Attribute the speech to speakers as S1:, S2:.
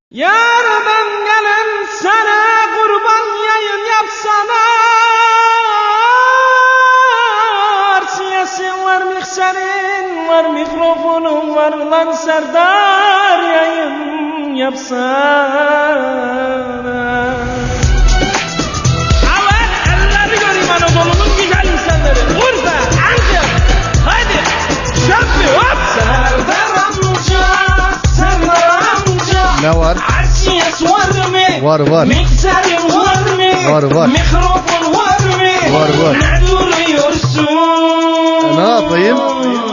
S1: Yardan gelen sana kurban yayın yapsalar, siyasin var, mikserin var, mikrofonun var lan Serdar, yayın yapsalar. Evet, elleri göreyim Anadolu'nun güzel insanları. Urfa, Antep, hadi, şöpü, hop! Serdar amca, Serdar amca.
S2: Ne var?
S1: Arsiyas var mı?
S2: Var.
S1: Mikserin var mı?
S2: Var.
S1: Mikrofon var mı?
S2: Var.
S1: Ne duruyorsun?
S2: Ne yapayım?